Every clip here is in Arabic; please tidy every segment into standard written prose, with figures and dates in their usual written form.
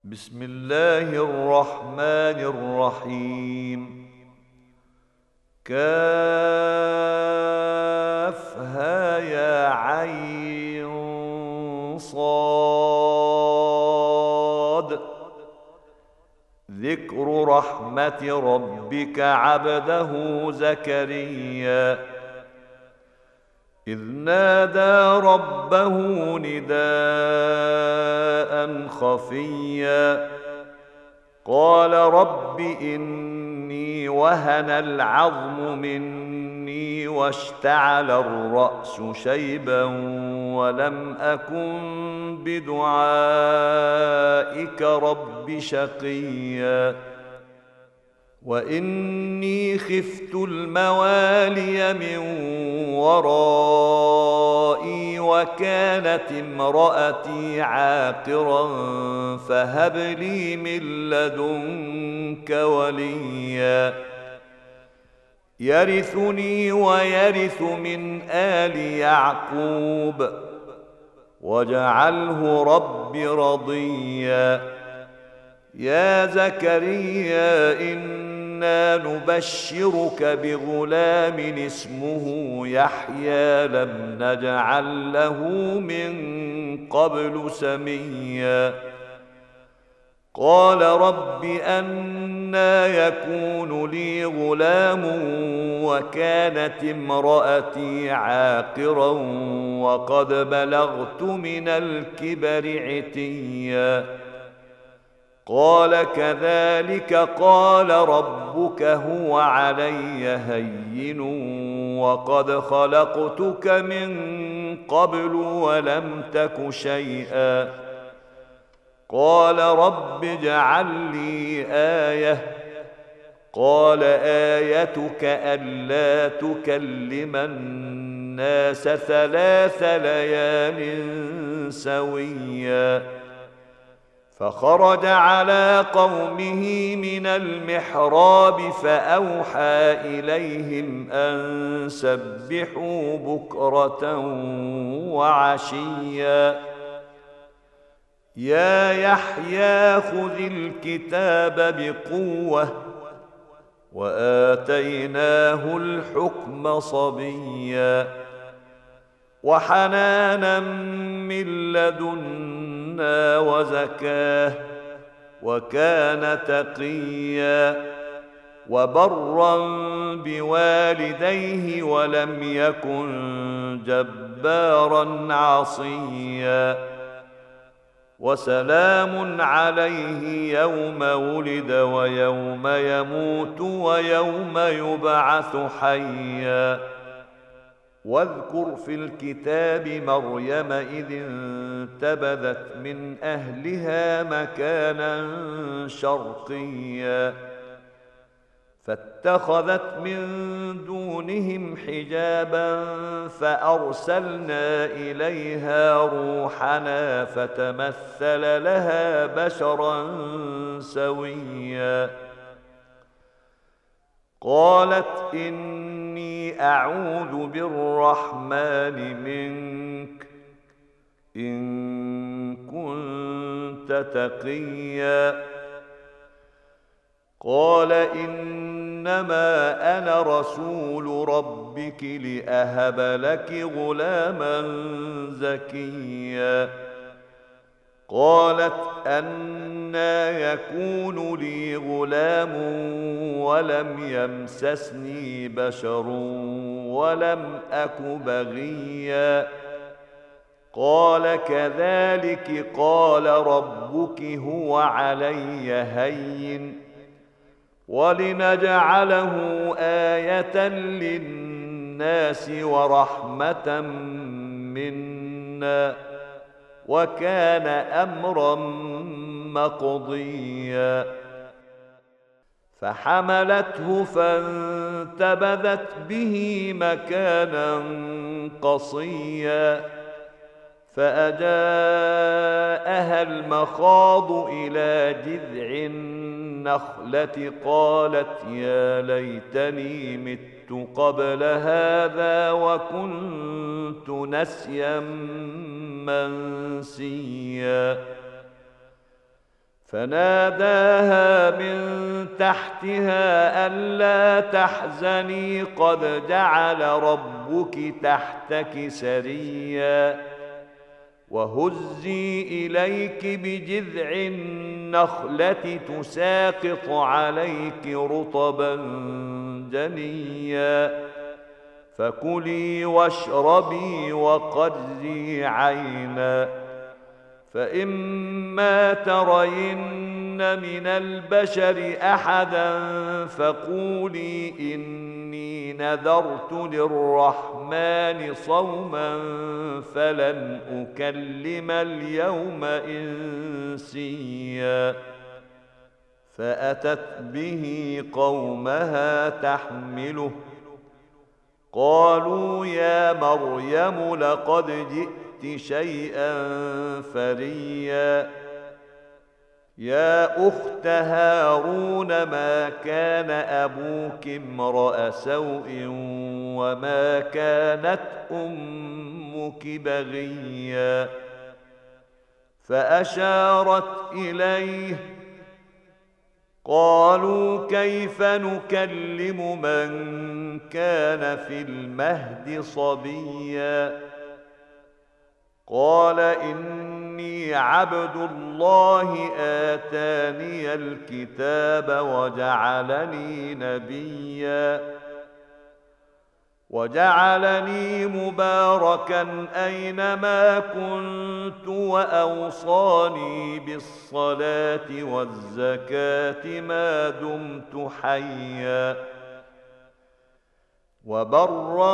بسم الله الرحمن الرحيم. كافها يا عين صاد. ذكر رحمة ربك عبده زكريا إذ نادى ربه نداء خفيا قال رب إني وهن العظم مني واشتعل الرأس شيبا ولم أكن بدعائك رب شقيا وإني خفت الموالي من ورائي وكانت امرأتي عاقرا فهب لي من لدنك وليا يرثني ويرث من آل يعقوب واجعله رب رضيا يا زكريا إنا نبشرك بغلام اسمه يحيى لم نجعل له من قبل سميا قال رب أنى يكون لي غلام وكانت امرأتي عاقرا وقد بلغت من الكبر عتيا قال كذلك قال ربك هو علي هين وقد خلقتك من قبل ولم تك شيئا قال رب اجعل لي آية قال آيتك ألا تكلم الناس 3 ليال سويا فخرج على قومه من المحراب فأوحى إليهم أن سبحوا بكرة وعشيا يا يحيى خذ الكتاب بقوة وآتيناه الحكم صبيا وحنانا من لدنا وزكاه وكان تقيا وبرا بوالديه ولم يكن جبارا عصيا وسلام عليه يوم ولد ويوم يموت ويوم يبعث حيا واذكر في الكتاب مريم إذ انتبذت من أهلها مكانا شرقيا فاتخذت من دونهم حجابا فأرسلنا إليها روحنا فتمثل لها بشرا سويا قالت إني أعوذ بالرحمن منك إن كنت تقيا قال إنما أنا رسول ربك لأهب لك غلاما زكيا قالت أنى يكون لي غلام ولم يمسسني بشر ولم أك بغيا قال كذلك قال ربك هو علي هين ولنجعله آية للناس ورحمة منا وكان أمرا مقضيا فحملته فانتبذت به مكانا قصيا فأجاءها المخاض إلى جذع النخلة قالت يا ليتني مت قبل هذا وكنت نسيا منسيا فناداها من تحتها ألا تحزني قد جعل ربك تحتك سريا وهزي إليك بجذع النخلة تساقط عليك رطبا جنيا فكلي واشربي وقري عينا فإما ترين من البشر أحدا فقولي إني نذرت للرحمن صوما فلن أكلم اليوم إنسيا فأتت به قومها تحمله قالوا يا مريم لقد جئت شيئا فريا يا أخت هارون ما كان أبوك امرأ سوء وما كانت أمك بغيا فأشارت إليه قالوا كيف نكلم من كان في المهد صبيا قال إني عبد الله آتاني الكتاب وجعلني نبيا وجعلني مباركا أينما كنت وأوصاني بالصلاة والزكاة ما دمت حيا وبرا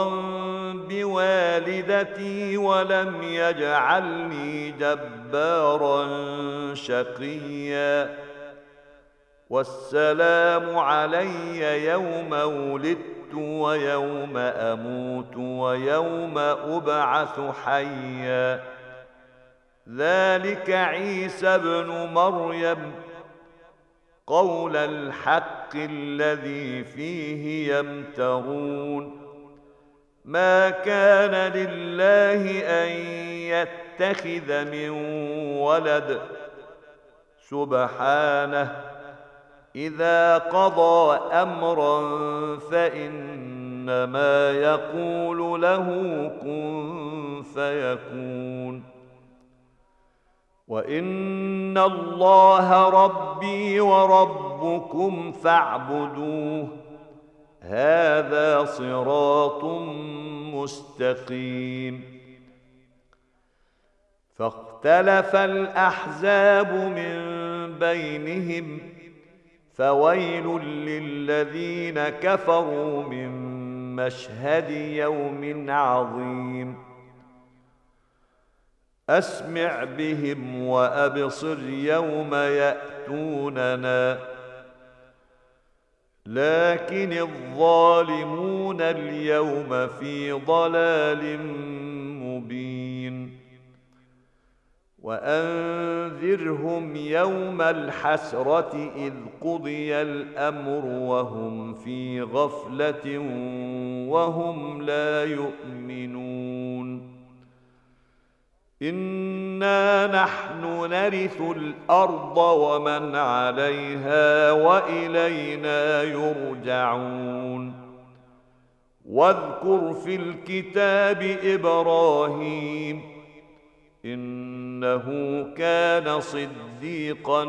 بوالدتي ولم يجعلني جبارا شقيا والسلام علي يوم ولدت ويوم أموت ويوم أبعث حيا ذلك عيسى ابن مريم قول الحق الذي فيه يمترون ما كان لله أن يتخذ من ولد سبحانه إذا قضى أمرا فإنما يقول له كن فيكون وإن الله ربي وربكم فاعبدوه هذا صراط مستقيم فاختلف الأحزاب من بينهم فويل للذين كفروا من مشهد يوم عظيم أسمع بهم وأبصر يوم يأتوننا لكن الظالمون اليوم في ضلال مبين وأنذرهم يوم الحسرة إذ قضي الأمر وهم في غفلة وهم لا يؤمنون إنا نحن نرث الأرض ومن عليها وإلينا يرجعون واذكر في الكتاب إبراهيم إنه كان صديقا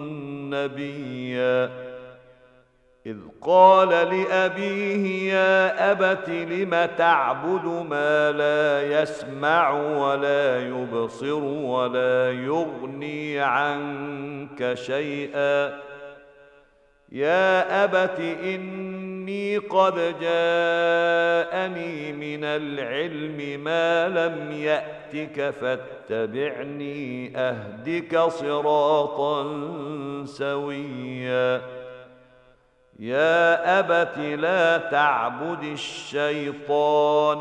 نبيا إذ قال لأبيه يا أبت لم تعبد ما لا يسمع ولا يبصر ولا يغني عنك شيئا يا أبت إني قد جاءني من العلم ما لم يأتك فاتبعني أهدك صراطا سويا يا أبت لا تعبد الشيطان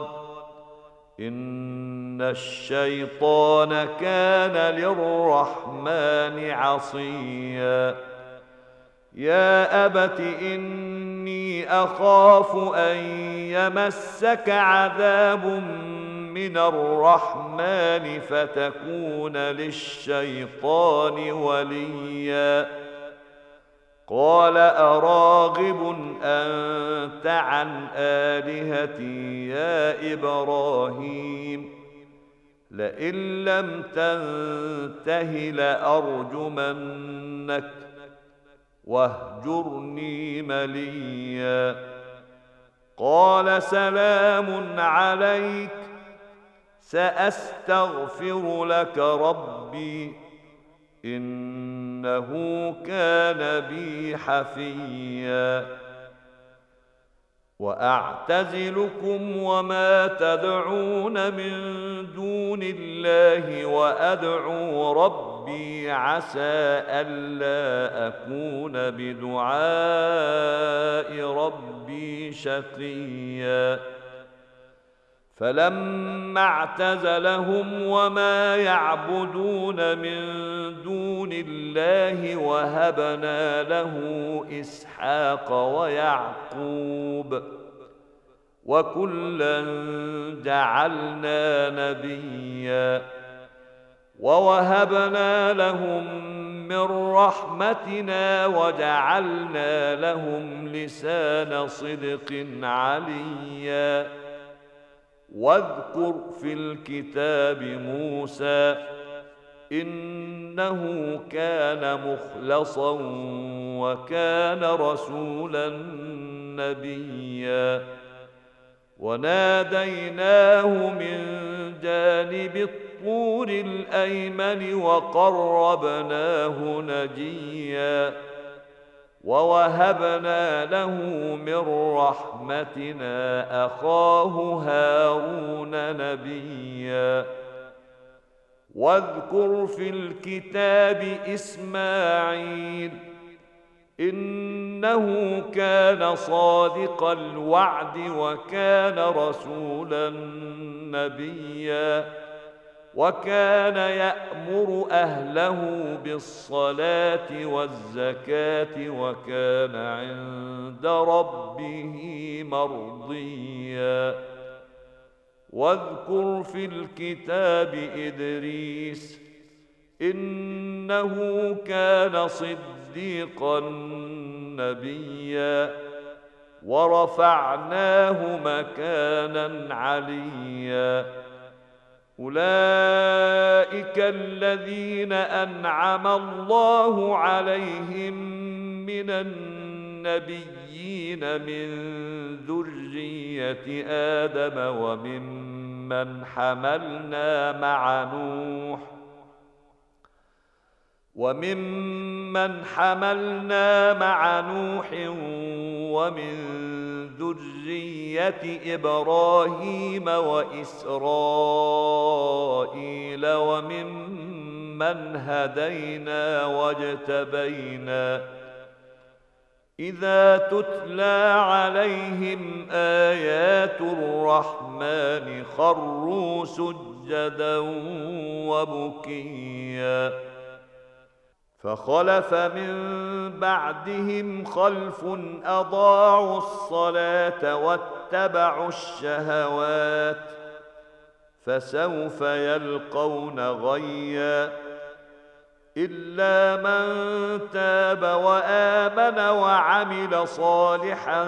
إن الشيطان كان للرحمن عصيا يا أبت إني أخاف أن يمسك عذاب من الرحمن فتكون للشيطان وليا قال أراغب أنت عن آلهتي يا إبراهيم لئن لم تنته لأرجمنك واهجرني مليا قال سلام عليك سأستغفر لك ربي إنه كان بي حفيا وأعتزلكم وما تدعون من دون الله وأدعو ربي عسى ألا أكون بدعاء ربي شقيا فلما اعتزلهم وما يعبدون من دون الله وهبنا له إسحاق ويعقوب وكلا جعلنا نبيا ووهبنا لهم من رحمتنا وجعلنا لهم لسان صدق عليا واذكر في الكتاب موسى إنه كان مخلصا وكان رسولا نبيا وناديناه من جانب الطور الأيمن وقربناه نجيا ووهبنا له من رحمتنا أخاه هارون نبيا واذكر في الكتاب إسماعيل إنه كان صادق الوعد وكان رسولا نبيا وكان يأمر أهله بالصلاة والزكاة وكان عند ربه مرضيا واذكر في الكتاب إدريس إنه كان صديقا نبيا ورفعناه مكانا عليا أولئك الذين أنعم الله عليهم من النبيين من ذرية آدم وممن حملنا مع نوح ومن ذرية إبراهيم وإسرائيل وممن هدينا واجتبينا إذا تتلى عليهم آيات الرحمن خروا سجدا وبكيا فخلف من بعدهم خلف أضاعوا الصلاة واتبعوا الشهوات فسوف يلقون غيا إلا من تاب وآمن وعمل صالحا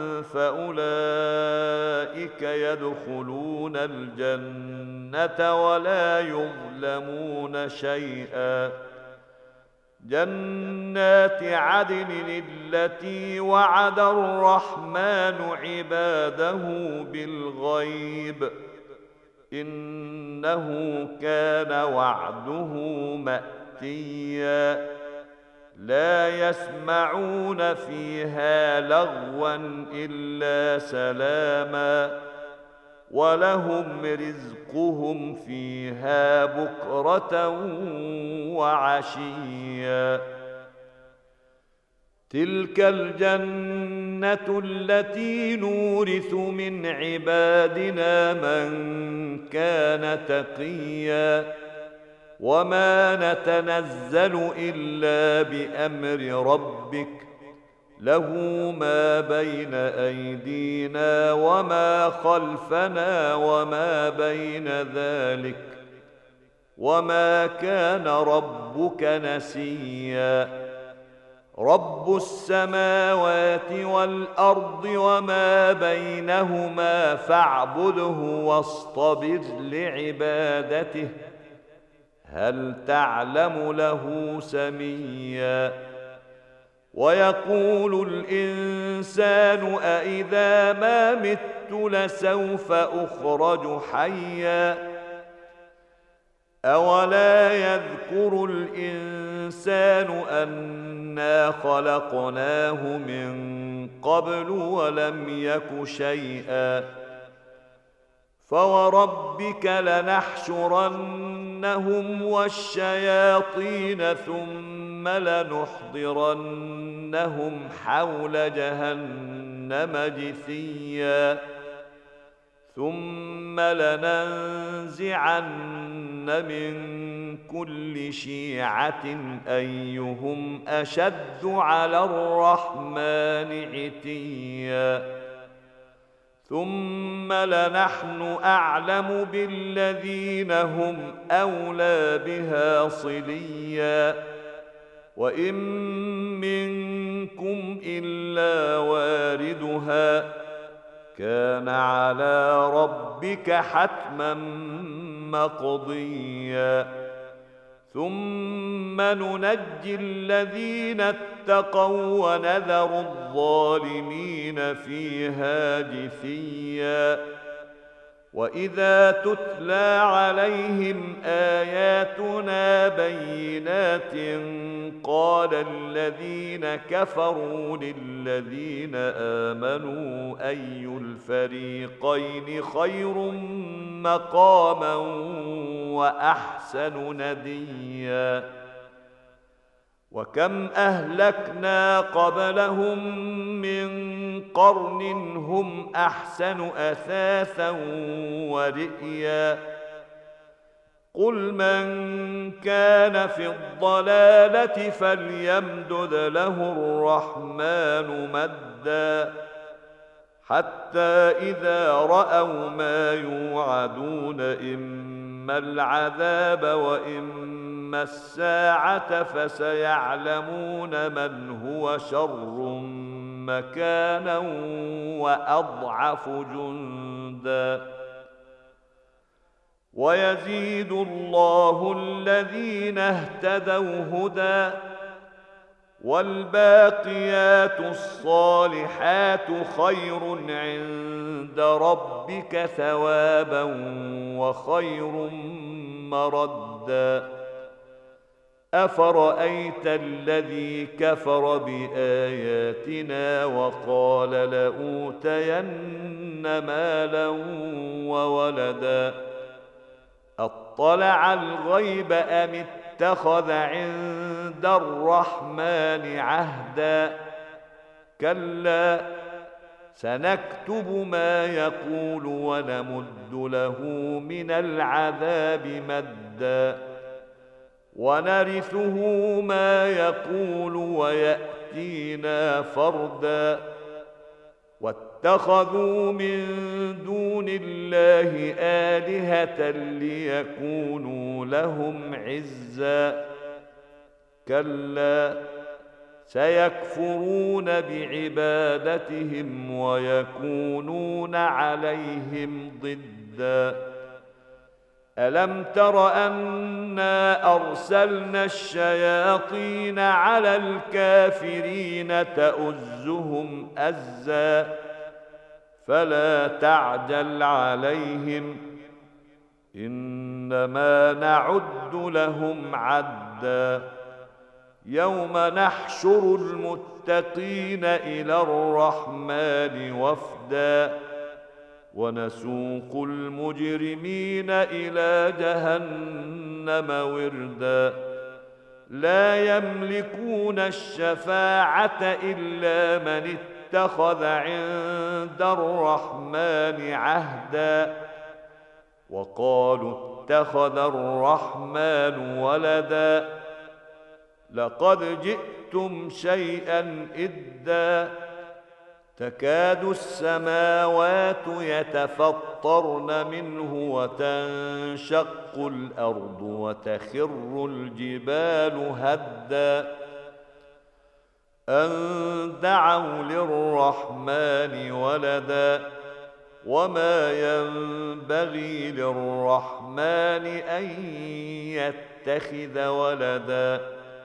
فأولئك يدخلون الجنة ولا يظلمون شيئا جنات عدن التي وعد الرحمن عباده بالغيب إنه كان وعده مأتيا لا يسمعون فيها لغوا إلا سلاما ولهم رزقهم فيها بكرة وعشيا تلك الجنة التي نورث من عبادنا من كان تقيا وما نتنزل إلا بأمر ربك له ما بين أيدينا وما خلفنا وما بين ذلك وما كان ربك نسيا رب السماوات والأرض وما بينهما فاعبده واصطبر لعبادته هل تعلم له سميا ويقول الإنسان أإذا ما مت لسوف أخرج حيا أولا يذكر الإنسان أنا خلقناه من قبل ولم يك شيئا فوربك لنحشرنهم والشياطين ثم لنحضرنهم حول جهنم جثيا ثم لننزعن من كل شيعة أيهم أشد على الرحمن عتيا ثم لنحن أعلم بالذين هم أولى بها صليا وإن منكم إلا واردها كان على ربك حتما مقضيا ثم ننجي الذين اتقوا ونذر الظالمين فيها جثيا وإذا تتلى عليهم آياتنا بينات قال الذين كفروا للذين آمنوا أي الفريقين خير مقاما وأحسن نديا وكم أهلكنا قبلهم من قرن هم أحسن أثاثا ورئيا قل من كان في الضلالة فليمدد له الرحمن مدا حتى إذا رأوا ما يوعدون إما العذاب وإما الساعة فسيعلمون من هو شر مكانا وأضعف جندا ويزيد الله الذين اهتدوا هدى والباقيات الصالحات خير عند ربك ثوابا وخير مردا أفرأيت الذي كفر بآياتنا وقال لأوتين مالا وولدا أطلع الغيب أم اتخذ عند الرحمن عهدا كلا سنكتب ما يقول ونمد له من العذاب مدا ونرثه ما يقول ويأتينا فردا واتخذوا من دون الله آلهة ليكونوا لهم عزا كلا سيكفرون بعبادتهم ويكونون عليهم ضدا ألم تر أنا أرسلنا الشياطين على الكافرين تؤزهم أزا فلا تعجل عليهم إنما نعد لهم عدا يوم نحشر المتقين إلى الرحمن وفدا ونسوق المجرمين إلى جهنم وردا لا يملكون الشفاعة إلا من اتخذ عند الرحمن عهدا وقالوا اتخذ الرحمن ولدا لقد جئتم شيئا إدا تكاد السماوات يتفطرن منه وتنشق الأرض وتخر الجبال هدا أن دعوا للرحمن ولدا وما ينبغي للرحمن أن يتخذ ولدا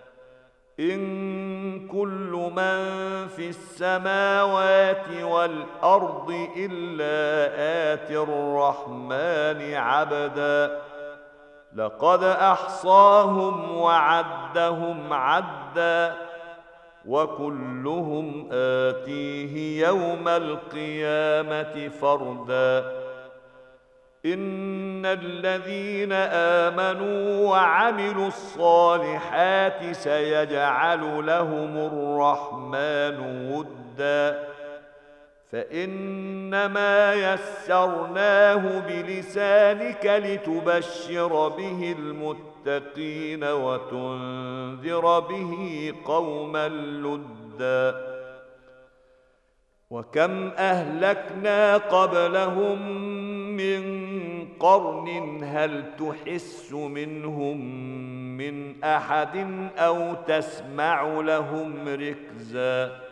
إن كل من في السماوات والأرض إلا آتي الرحمن عبدا لقد أحصاهم وعدهم عدا وكلهم آتيه يوم القيامة فردا إن الذين آمنوا وعملوا الصالحات سيجعل لهم الرحمن ودا فإنما يسرناه بلسانك لتبشر به المتقين وتنذر به قوما لدا وكم أهلكنا قبلهم من قرن هل تحس منهم من أحد أو تسمع لهم ركزا